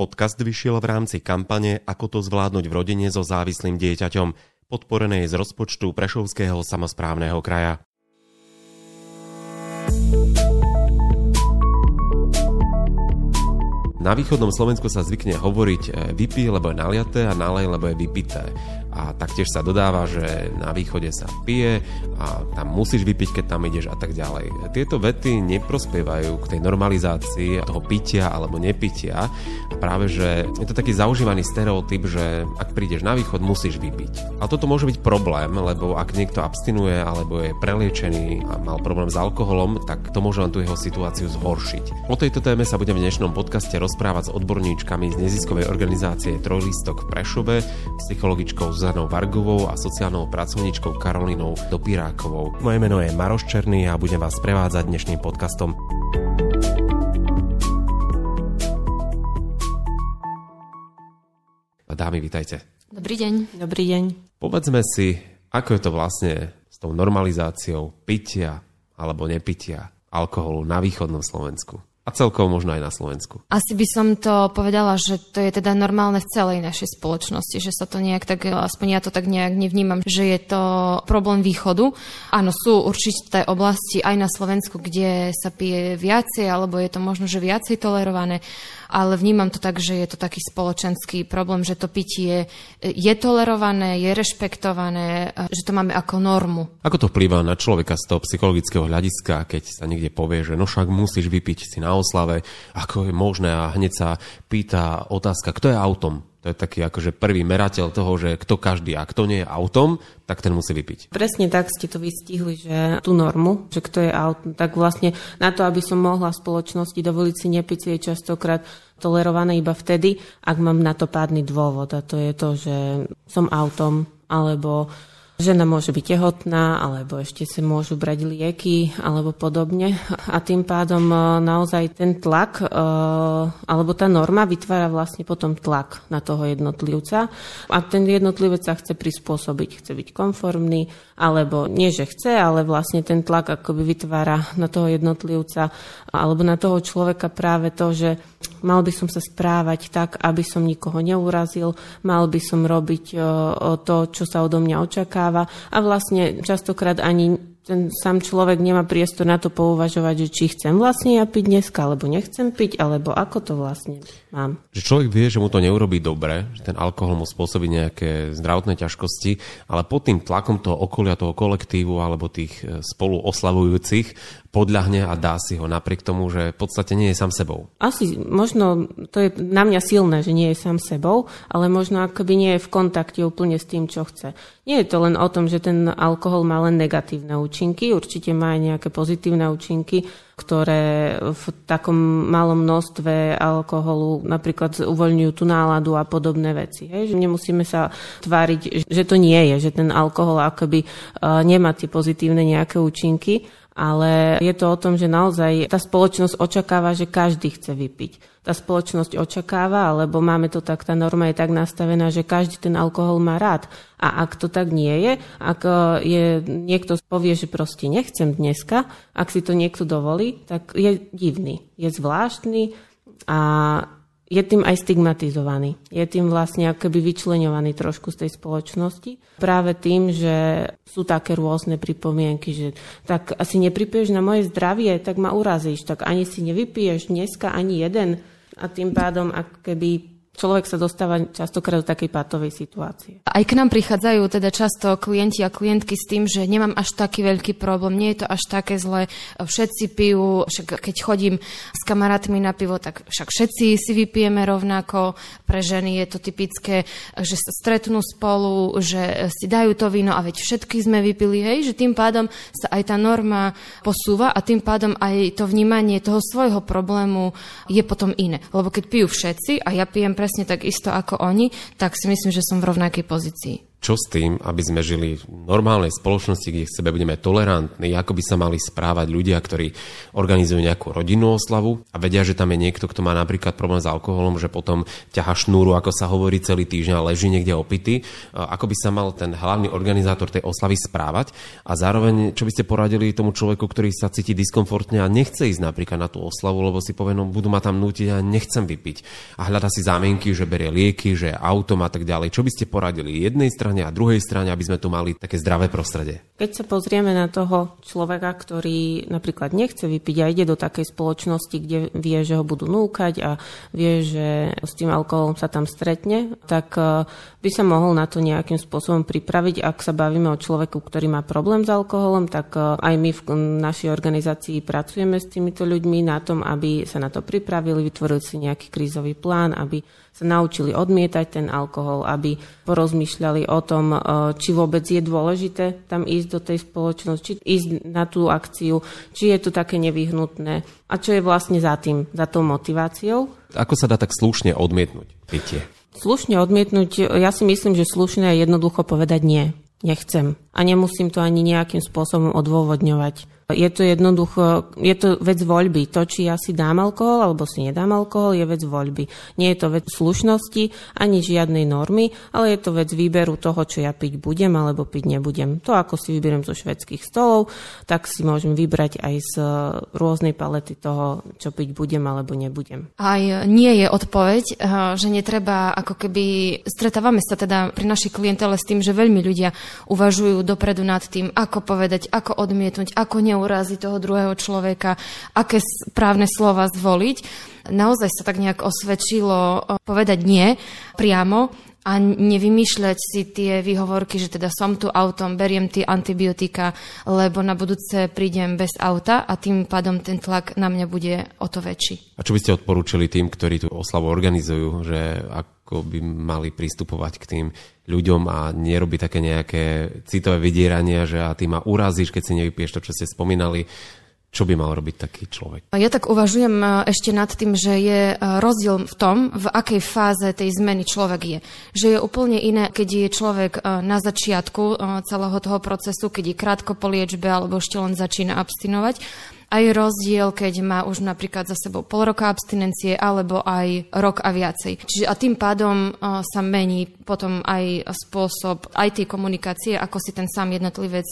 Podcast vyšiel v rámci kampane Ako to zvládnuť v rodine so závislým dieťaťom, podporenej z rozpočtu Prešovského samosprávneho kraja. Na východnom Slovensku sa zvykne hovoriť vypij, lebo je naliaté, a nalej, lebo je vypité. A taktiež sa dodáva, že na východe sa pije a tam musíš vypiť, keď tam ideš a tak ďalej. Tieto vety neprospievajú k tej normalizácii toho pitia alebo nepitia. A práve, že je to taký zaužívaný stereotyp, že ak prídeš na východ, musíš vypiť. A toto môže byť problém, lebo ak niekto abstinuje alebo je preliečený a mal problém s alkoholom, tak to môže len tú jeho situáciu zhoršiť. O tejto téme sa budem v dnešnom podcaste rozprávať s odborníčkami z neziskovej organizácie Trojlistok v Prešove, psychologičkou Zuzanou Vargovou a sociálnou pracovníčkou Karolínou Dopírákovou. Moje meno je Maroš Černý a budem vás prevádzať dnešným podcastom. Dámy, vitajte. Dobrý deň. Dobrý deň. Povedzme si, ako je to vlastne s tou normalizáciou pitia alebo nepitia alkoholu na východnom Slovensku. A celkovo možno aj na Slovensku. Asi by som to povedala, že to je teda normálne v celej našej spoločnosti, že sa to nejak tak, aspoň ja to tak nejak nevnímam, že je to problém východu. Áno, sú určité oblasti aj na Slovensku, kde sa pije viacej, alebo je to možno, že viacej tolerované, ale vnímam to tak, že je to taký spoločenský problém, že to pitie je tolerované, je rešpektované, že to máme ako normu. Ako to vplýva na človeka z toho psychologického hľadiska, keď sa niekde povie, že no však musíš vypiť si na oslave, ako je možné, a hneď sa pýta otázka, kto je autom? To je taký akože prvý merateľ toho, že kto každý a kto nie je autom, tak ten musí vypiť. Presne tak ste to vystihli, že tú normu, že kto je autom, tak vlastne na to, aby som mohla v spoločnosti dovoliť si nepiť, je častokrát tolerované iba vtedy, ak mám na to pádny dôvod. A to je to, že som autom, alebo žena môže byť tehotná, alebo ešte sa môžu brať lieky, alebo podobne. A tým pádom naozaj ten tlak, alebo tá norma vytvára vlastne potom tlak na toho jednotlivca. A ten jednotlivec sa chce prispôsobiť, chce byť konformný, alebo nie, že chce, ale vlastne ten tlak akoby vytvára na toho jednotlivca, alebo na toho človeka práve to, že mal by som sa správať tak, aby som nikoho neurazil, mal by som robiť to, čo sa odo mňa očakáva. A vlastne častokrát ani ten sám človek nemá priestor na to pouvažovať, že či chcem vlastne ja piť dneska, alebo nechcem piť, alebo ako to vlastne mám. Že človek vie, že mu to neurobí dobre, že ten alkohol mu spôsobí nejaké zdravotné ťažkosti, ale pod tým tlakom toho okolia, toho kolektívu alebo tých spolu oslavujúcich podľahne a dá si ho napriek tomu, že v podstate nie je sám sebou. Asi možno to je na mňa silné, že nie je sám sebou, ale možno akoby nie je v kontakte úplne s tým, čo chce. Nie je to len o tom, že ten alkohol má len negatívne účinky, určite má aj nejaké pozitívne účinky, ktoré v takom malom množstve alkoholu napríklad uvoľňujú tú náladu a podobné veci. Hej? Že nemusíme sa tváriť, že to nie je, že ten alkohol akoby nemá tie pozitívne nejaké účinky, ale je to o tom, že naozaj tá spoločnosť očakáva, že každý chce vypiť. Tá spoločnosť očakáva, alebo máme to tak, tá norma je tak nastavená, že každý ten alkohol má rád. A ak to tak nie je, ak je niekto povie, že proste nechcem dneska, ak si to niekto dovolí, tak je divný, je zvláštny a je tým aj stigmatizovaný. Je tým vlastne akoby vyčleňovaný trošku z tej spoločnosti. Práve tým, že sú také rôzne pripomienky, že tak asi nepripiješ na moje zdravie, tak ma urazíš, tak ani si nevypiješ dneska ani jeden. A tým pádom, ak keby človek sa dostáva častokrát do takej patovej situácie. Aj k nám prichádzajú teda často klienti a klientky s tým, že nemám až taký veľký problém, nie je to až také zlé, všetci pijú, však keď chodím s kamarátmi na pivo, tak však všetci si vypijeme rovnako, pre ženy je to typické, že sa stretnú spolu, že si dajú to víno a veď všetky sme vypili, hej, že tým pádom sa aj tá norma posúva a tým pádom aj to vnímanie toho svojho problému je potom iné. Lebo keď pijú všetci a ja pijem presne tak isto ako oni, tak si myslím, že som v rovnakej pozícii. Čo s tým, aby sme žili v normálnej spoločnosti, kde k sebe budeme tolerantní, ako by sa mali správať ľudia, ktorí organizujú nejakú rodinnú oslavu a vedia, že tam je niekto, kto má napríklad problém s alkoholom, že potom ťaha šnúru, ako sa hovorí, celý týždeň a leží niekde opitý. Ako by sa mal ten hlavný organizátor tej oslavy správať a zároveň, čo by ste poradili tomu človeku, ktorý sa cíti diskomfortne a nechce ísť napríklad na tú oslavu, lebo si povie, no budú ma tam nútiť a nechcem vypiť. A hľada si zámienky, že berie lieky, že autom a tak ďalej. Čo by ste poradili jednej strane a druhej strane, aby sme tu mali také zdravé prostredie? Keď sa pozrieme na toho človeka, ktorý napríklad nechce vypiť a ide do takej spoločnosti, kde vie, že ho budú núkať a vie, že s tým alkoholom sa tam stretne, tak by sa mohol na to nejakým spôsobom pripraviť. Ak sa bavíme o človeku, ktorý má problém s alkoholom, tak aj my v našej organizácii pracujeme s týmito ľuďmi na tom, aby sa na to pripravili, vytvorili si nejaký krízový plán, aby sa naučili odmietať ten alkohol, aby porozmýšľali o tom, či vôbec je dôležité tam ísť do tej spoločnosti, či ísť na tú akciu, či je to také nevyhnutné a čo je vlastne za tým, za tou motiváciou. Ako sa dá tak slušne odmietnúť pitie? Slušne odmietnúť, ja si myslím, že slušné je jednoducho povedať nie. Nechcem. A nemusím to ani nejakým spôsobom odôvodňovať. Je to jednoducho, je to vec voľby. To, či ja si dám alkohol alebo si nedám alkohol, je vec voľby. Nie je to vec slušnosti ani žiadnej normy, ale je to vec výberu toho, čo ja piť budem alebo piť nebudem. To, ako si vyberiem zo švédskych stolov, tak si môžem vybrať aj z rôznej palety toho, čo piť budem alebo nebudem. Aj nie je odpoveď, že netreba, ako keby stretávame sa teda pri našej klientele s tým, že veľmi ľudia uvažujú dopredu nad tým, ako povedať, ako odmietnúť, ako uraziť toho druhého človeka, aké správne slova zvoliť. Naozaj sa tak nejak osvedčilo povedať nie priamo a nevymýšľať si tie výhovorky, že teda som tu autom, beriem tie antibiotika, lebo na budúce prídem bez auta a tým pádom ten tlak na mňa bude o to väčší. A čo by ste odporúčili tým, ktorí tú oslavu organizujú, že ako by mali pristupovať k tým ľuďom a nerobiť také nejaké citové vydierania, že a ty ma urazíš, keď si nevypiješ to, čo ste spomínali. Čo by mal robiť taký človek? Ja tak uvažujem ešte nad tým, že je rozdiel v tom, v akej fáze tej zmeny človek je. Že je úplne iné, keď je človek na začiatku celého toho procesu, keď je krátko po liečbe alebo ešte len začína abstinovať. A je rozdiel, keď má už napríklad za sebou pol roka abstinencie alebo aj rok a viacej. Čiže a tým pádom sa mení potom aj spôsob aj tej komunikácie, ako si ten sám jednotlivec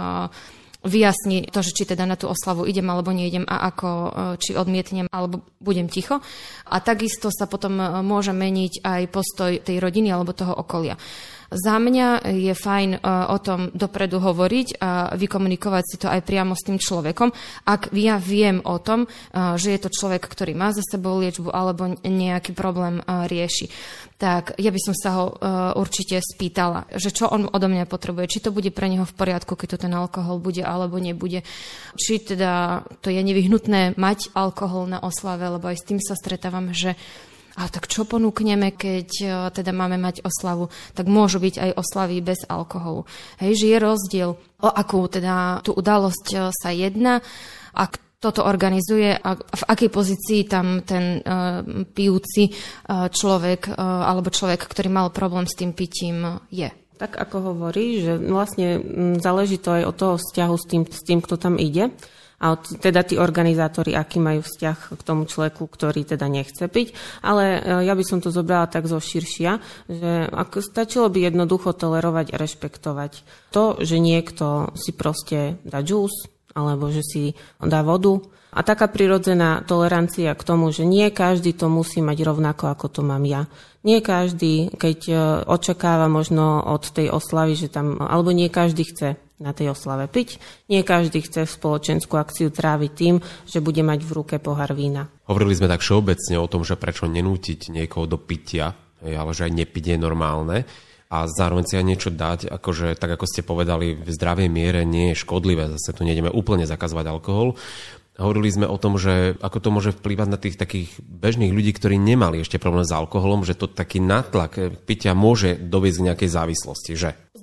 vyjasní to, že či teda na tú oslavu idem alebo neidem a ako, či odmietnem alebo budem ticho. A takisto sa potom môže meniť aj postoj tej rodiny alebo toho okolia. Za mňa je fajn o tom dopredu hovoriť a vykomunikovať si to aj priamo s tým človekom. Ak ja viem o tom, že je to človek, ktorý má za sebou liečbu alebo nejaký problém rieši, tak ja by som sa ho určite spýtala, že čo on odo mňa potrebuje, či to bude pre neho v poriadku, keď to ten alkohol bude alebo nebude. Či teda to je nevyhnutné mať alkohol na oslave, lebo aj s tým sa stretávam, že a tak čo ponúkneme, keď teda máme mať oslavu, tak môžu byť aj oslavy bez alkoholu. Hej, že je rozdiel, o akú teda tú udalosť sa jedná, ak toto organizuje a v akej pozícii tam ten pijúci človek alebo človek, ktorý mal problém s tým pitím, je. Tak ako hovorí, že vlastne záleží to aj od toho vzťahu s tým, kto tam ide. A teda tí organizátori, aký majú vzťah k tomu človeku, ktorý teda nechce piť. Ale ja by som to zobrala tak zo širšia, že ako stačilo by jednoducho tolerovať a rešpektovať to, že niekto si proste dá džús, alebo že si dá vodu. A taká prirodzená tolerancia k tomu, že nie každý to musí mať rovnako, ako to mám ja. Nie každý, keď očakáva možno od tej oslavy, že tam, alebo nie každý chce na tej oslave piť, nie každý chce spoločenskú akciu tráviť tým, že bude mať v ruke pohár vína. Hovorili sme tak všeobecne o tom, že prečo nenútiť niekoho do pitia, ale že aj nepiť je normálne. A zároveň si aj niečo dať, akože tak ako ste povedali, v zdravej miere nie je škodlivé, zase tu nejdeme úplne zakazovať alkohol. Hovorili sme o tom, že ako to môže vplývať na tých takých bežných ľudí, ktorí nemali ešte problém s alkoholom, že to taký nátlak pitia môže doviesť k nejakej závislosti, že? Z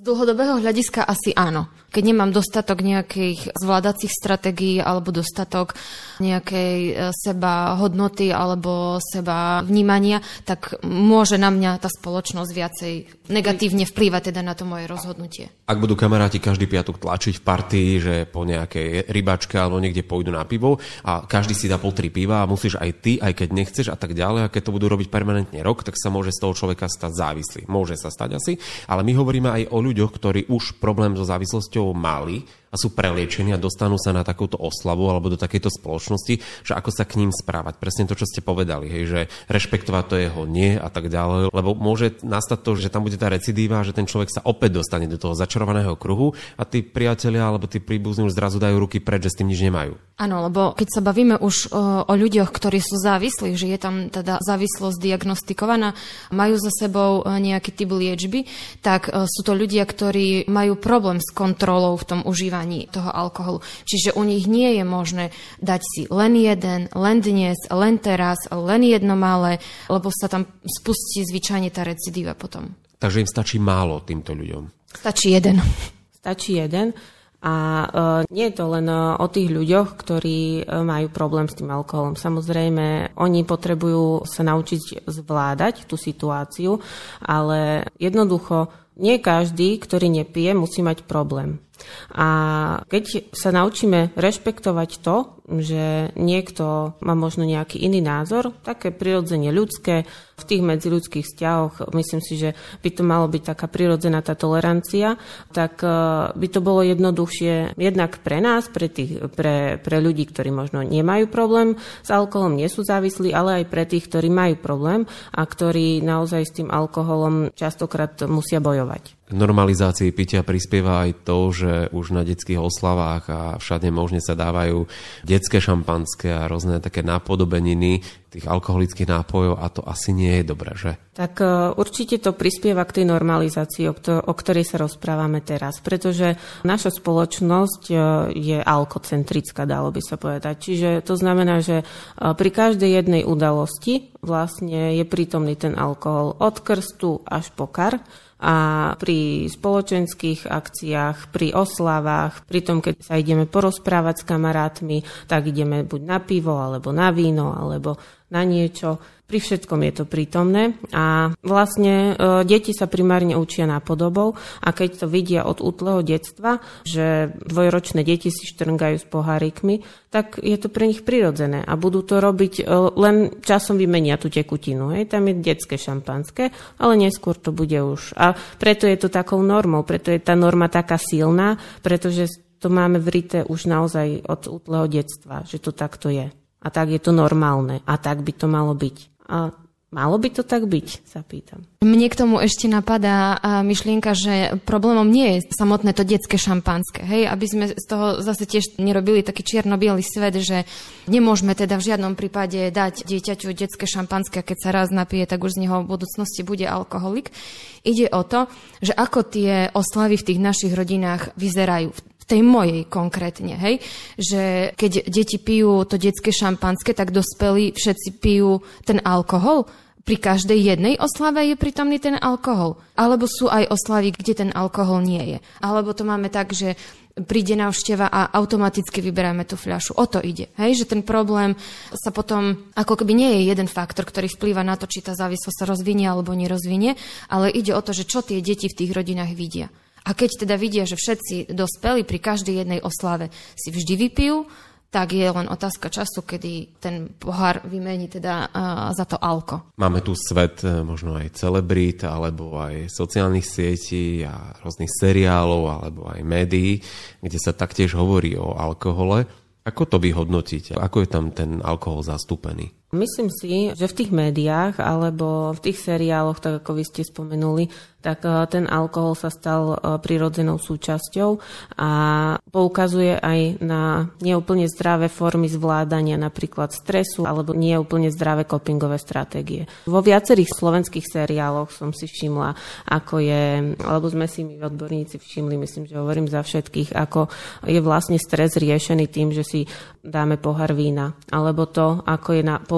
Z dlhodobého hľadiska asi áno. Keď nemám dostatok nejakých zvládacích stratégií alebo dostatok nejakej seba hodnoty alebo seba vnímania, tak môže na mňa tá spoločnosť viacej negatívne vplývať teda na to moje rozhodnutie. Ak budú kamaráti každý piatok tlačiť v partii, že po nejakej rybačke alebo niekde pôjdu na pivo a každý si dá 3 piva a musíš aj ty, aj keď nechceš a tak ďalej, a keď to budú robiť permanentne rok, tak sa môže z toho človeka stať závislý. Môže sa stať asi, ale my hovoríme aj o ľuďoch, ktorí už problém so závislosťou mali a sú preliečení a dostanú sa na takúto oslavu alebo do takejto spoločnosti, že ako sa k ním správať. Presne to, čo ste povedali, hej, že rešpektovať to jeho nie a tak ďalej, lebo môže nastať to, že tam bude tá recidíva, že ten človek sa opäť dostane do toho začarovaného kruhu a tí priatelia alebo tí príbuzní už zrazu dajú ruky preč, že s tým nič nemajú. Áno, lebo keď sa bavíme už o ľuďoch, ktorí sú závislí, že je tam teda závislosť diagnostikovaná, majú za sebou nejaký typ liečby, tak sú to ľudia, ktorí majú problém s kontrolou v tom užívaní toho alkoholu. Čiže u nich nie je možné dať si len jeden, len dnes, len teraz, len jedno malé, lebo sa tam spustí zvyčajne tá recidíva potom. Takže im stačí málo týmto ľuďom. Stačí jeden. Stačí jeden. A nie je to len o tých ľuďoch, ktorí majú problém s tým alkoholom. Samozrejme, oni potrebujú sa naučiť zvládať tú situáciu, ale jednoducho nie každý, ktorý nepije, musí mať problém. A keď sa naučíme rešpektovať to, že niekto má možno nejaký iný názor, také prirodzene ľudské, v tých medziľudských vzťahoch, myslím si, že by to malo byť taká prirodzená tá tolerancia, tak by to bolo jednoduchšie jednak pre nás, pre ľudí, ktorí možno nemajú problém s alkoholom, nie sú závislí, ale aj pre tých, ktorí majú problém a ktorí naozaj s tým alkoholom častokrát musia bojovať. K normalizácii pitia prispieva aj to, že už na detských oslavách a všade možne sa dávajú detské šampanské a rôzne také nápodobeniny tých alkoholických nápojov a to asi nie je dobré, že? Tak určite to prispieva k tej normalizácii, o ktorej sa rozprávame teraz, pretože naša spoločnosť je alkocentrická, dalo by sa povedať. Čiže to znamená, že pri každej jednej udalosti vlastne je prítomný ten alkohol od krstu až po kar. A pri spoločenských akciách, pri oslavách, pri tom, keď sa ideme porozprávať s kamarátmi, tak ideme buď na pivo, alebo na víno, alebo na niečo. Pri všetkom je to prítomné a vlastne deti sa primárne učia nápodobou a keď to vidia od útleho detstva, že dvojročné deti si štrngajú s pohárikmi, tak je to pre nich prirodzené a budú to robiť, len časom vymenia tú tekutinu. Hej? Tam je detské šampanské, ale neskôr to bude už. A preto je to takou normou, preto je tá norma taká silná, pretože to máme vrité už naozaj od útleho detstva, že to takto je. A tak je to normálne. A tak by to malo byť. A malo by to tak byť, sa pýtam. Mne k tomu ešte napadá myšlienka, že problémom nie je samotné to detské šampanské. Hej? Aby sme z toho zase tiež nerobili taký čierno-biely svet, že nemôžeme teda v žiadnom prípade dať dieťaťu detské šampanské a keď sa raz napije, tak už z neho v budúcnosti bude alkoholik. Ide o to, že ako tie oslavy v tých našich rodinách vyzerajú. V tej mojej konkrétne, hej, že keď deti pijú to detské šampanské, tak dospelí všetci pijú ten alkohol. Pri každej jednej oslave je prítomný ten alkohol. Alebo sú aj oslavy, kde ten alkohol nie je. Alebo to máme tak, že príde návšteva a automaticky vyberáme tú fľašu. O to ide. Hej, že ten problém sa potom, ako keby nie je jeden faktor, ktorý vplýva na to, či tá závislosť sa rozvinie alebo nerozvinie, ale ide o to, že čo tie deti v tých rodinách vidia. A keď teda vidia, že všetci dospelí pri každej jednej oslave si vždy vypijú, tak je len otázka času, kedy ten pohár vymení teda za to alko. Máme tu svet možno aj celebrít, alebo aj sociálnych sietí a rôznych seriálov, alebo aj médií, kde sa taktiež hovorí o alkohole. Ako to vyhodnotíte? Ako je tam ten alkohol zastúpený? Myslím si, že v tých médiách alebo v tých seriáloch, tak ako vy ste spomenuli, tak ten alkohol sa stal prirodzenou súčasťou a poukazuje aj na neúplne zdravé formy zvládania napríklad stresu alebo neúplne zdravé copingové stratégie. Vo viacerých slovenských seriáloch som si všimla, ako je, alebo sme si my odborníci všimli, myslím, že hovorím za všetkých, ako je vlastne stres riešený tým, že si dáme pohár vína, alebo to, ako je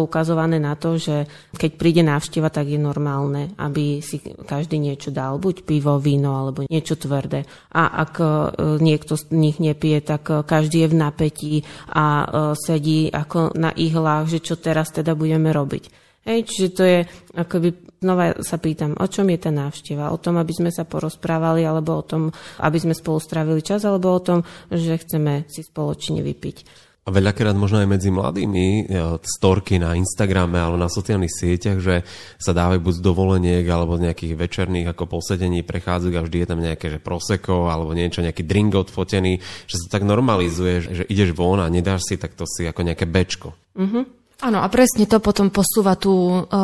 poukazované na to, že keď príde návšteva, tak je normálne, aby si každý niečo dal, buď pivo, víno alebo niečo tvrdé. A ak niekto z nich nepije, tak každý je v napätí a sedí ako na ihlách, že čo teraz teda budeme robiť. Čiže to je, akoby, znova sa pýtam, o čom je tá návšteva? O tom, aby sme sa porozprávali, alebo o tom, aby sme spolu strávili čas, alebo o tom, že chceme si spoločne vypiť. A veľakrát možno aj medzi mladými storky na Instagrame alebo na sociálnych sieťach, že sa dávajú buď z dovoleniek alebo z nejakých večerných ako posedení prechádzajú a vždy je tam nejaké že prosecco alebo niečo, nejaký drink odfotený, že sa tak normalizuje, že ideš von a nedáš si, tak to si ako nejaké bečko. Mhm. Áno, a presne to potom posúva tú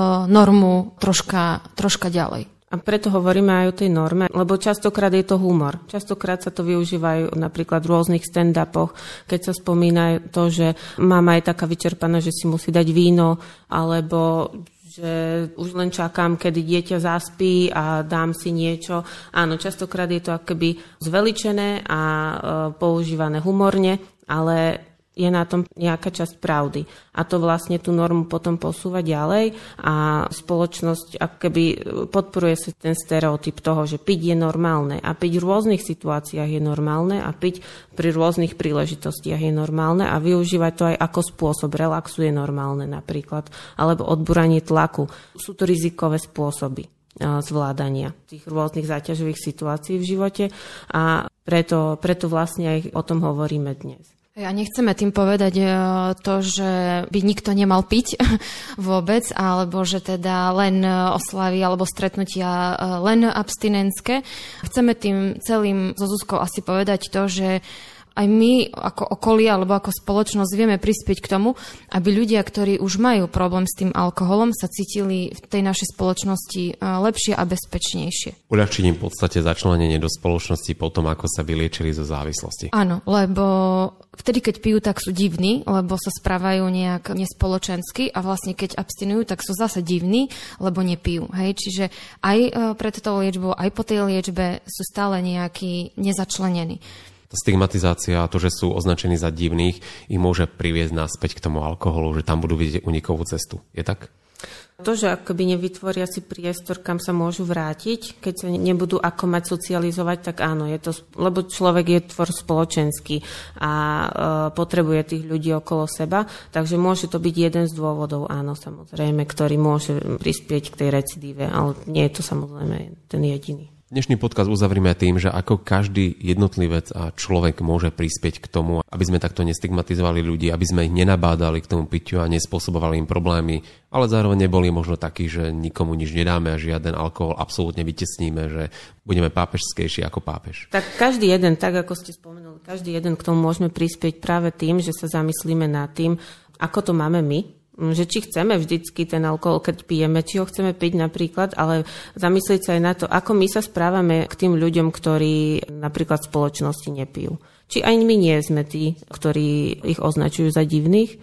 normu troška ďalej. A preto hovoríme aj o tej norme, lebo častokrát je to humor. Častokrát sa to využívajú napríklad v rôznych stand-upoch, keď sa spomína to, že mama je taká vyčerpaná, že si musí dať víno, alebo že už len čakám, kedy dieťa zaspí a dám si niečo. Áno, častokrát je to akoby zveličené a používané humorne, ale je na tom nejaká časť pravdy. A to vlastne tú normu potom posúva ďalej a spoločnosť akoby podporuje sa ten stereotyp toho, že piť je normálne a piť v rôznych situáciách je normálne a piť pri rôznych príležitostiach je normálne a využívať to aj ako spôsob relaxu je normálne napríklad, alebo odburanie tlaku. Sú to rizikové spôsoby zvládania tých rôznych záťažových situácií v živote a preto vlastne aj o tom hovoríme dnes. Ja nechceme tým povedať to, že by nikto nemal piť vôbec, alebo že teda len oslavy alebo stretnutia len abstinentské. Chceme tým celým so Zuzkou asi povedať to, že aj my ako okolie alebo ako spoločnosť vieme prispieť k tomu, aby ľudia, ktorí už majú problém s tým alkoholom, sa cítili v tej našej spoločnosti lepšie a bezpečnejšie. Uľahčiť im v podstate začlenenie do spoločnosti po tom, ako sa vyliečili zo závislosti. Áno, lebo vtedy, keď pijú, tak sú divní, lebo sa správajú nejak nespoločensky a vlastne keď abstinujú, tak sú zase divní, lebo nepijú. Hej? Čiže aj pred tou liečbou, aj po tej liečbe sú stále nejakí nezačlenení. Stigmatizácia a to, že sú označení za divných, ich môže priviesť naspäť k tomu alkoholu, že tam budú vidieť unikovú cestu. Je tak? To, že akoby nevytvoria si priestor, kam sa môžu vrátiť, keď sa nebudú ako mať socializovať, tak áno, je to, lebo človek je tvor spoločenský a potrebuje tých ľudí okolo seba, takže môže to byť jeden z dôvodov, áno, samozrejme, ktorý môže prispieť k tej recidíve, ale nie je to samozrejme ten jediný. Dnešný podcast uzavrieme tým, že ako každý jednotlivec a človek môže prispieť k tomu, aby sme takto nestigmatizovali ľudí, aby sme ich nenabádali k tomu piťu a nespôsobovali im problémy, ale zároveň neboli možno takí, že nikomu nič nedáme a žiaden alkohol absolútne vytesníme, že budeme pápežskejší ako pápež. Tak každý jeden, tak ako ste spomenuli, každý jeden k tomu môžeme prispieť práve tým, že sa zamyslíme nad tým, ako to máme my, že či chceme vždycky ten alkohol, keď pijeme, či ho chceme piť napríklad, ale zamyslieť sa aj na to, ako my sa správame k tým ľuďom, ktorí napríklad v spoločnosti nepijú. Či aj my nie sme tí, ktorí ich označujú za divných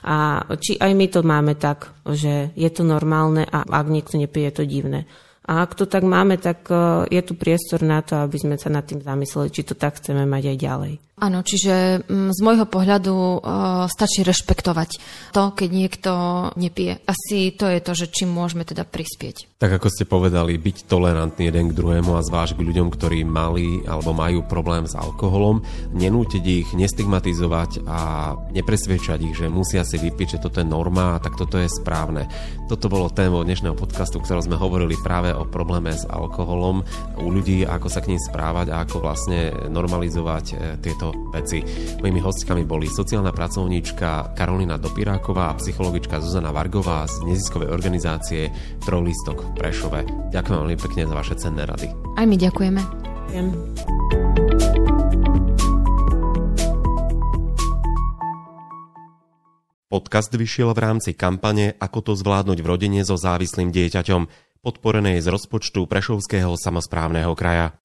a či aj my to máme tak, že je to normálne a ak niekto nepije, je to divné. A ak to tak máme, tak je tu priestor na to, aby sme sa nad tým zamysleli, či to tak chceme mať aj ďalej. Áno, čiže z môjho pohľadu stačí rešpektovať to, keď niekto nepije. Asi to je to, že čím môžeme teda prispieť. Tak ako ste povedali, byť tolerantný jeden k druhému a zvlášť k ľuďom, ktorí mali alebo majú problém s alkoholom, nenútiť ich, nestigmatizovať a nepresviečať ich, že musia si vypiť, že toto je norma a tak toto je správne. Toto bolo témou dnešného podcastu, v ktorom sme hovorili práve o probléme s alkoholom u ľudí, ako sa k ním správať a ako vlastne normalizovať tieto veci. Mojimi hostkami boli sociálna pracovníčka Karolina Dopiráková a psychologička Zuzana Vargová z neziskovej organizácie Trojlistok v Prešove. Ďakujem veľmi pekne za vaše cenné rady. Aj my ďakujeme. Podcast vyšiel v rámci kampane Ako to zvládnuť v rodine so závislým dieťaťom, podporenej z rozpočtu Prešovského samosprávneho kraja.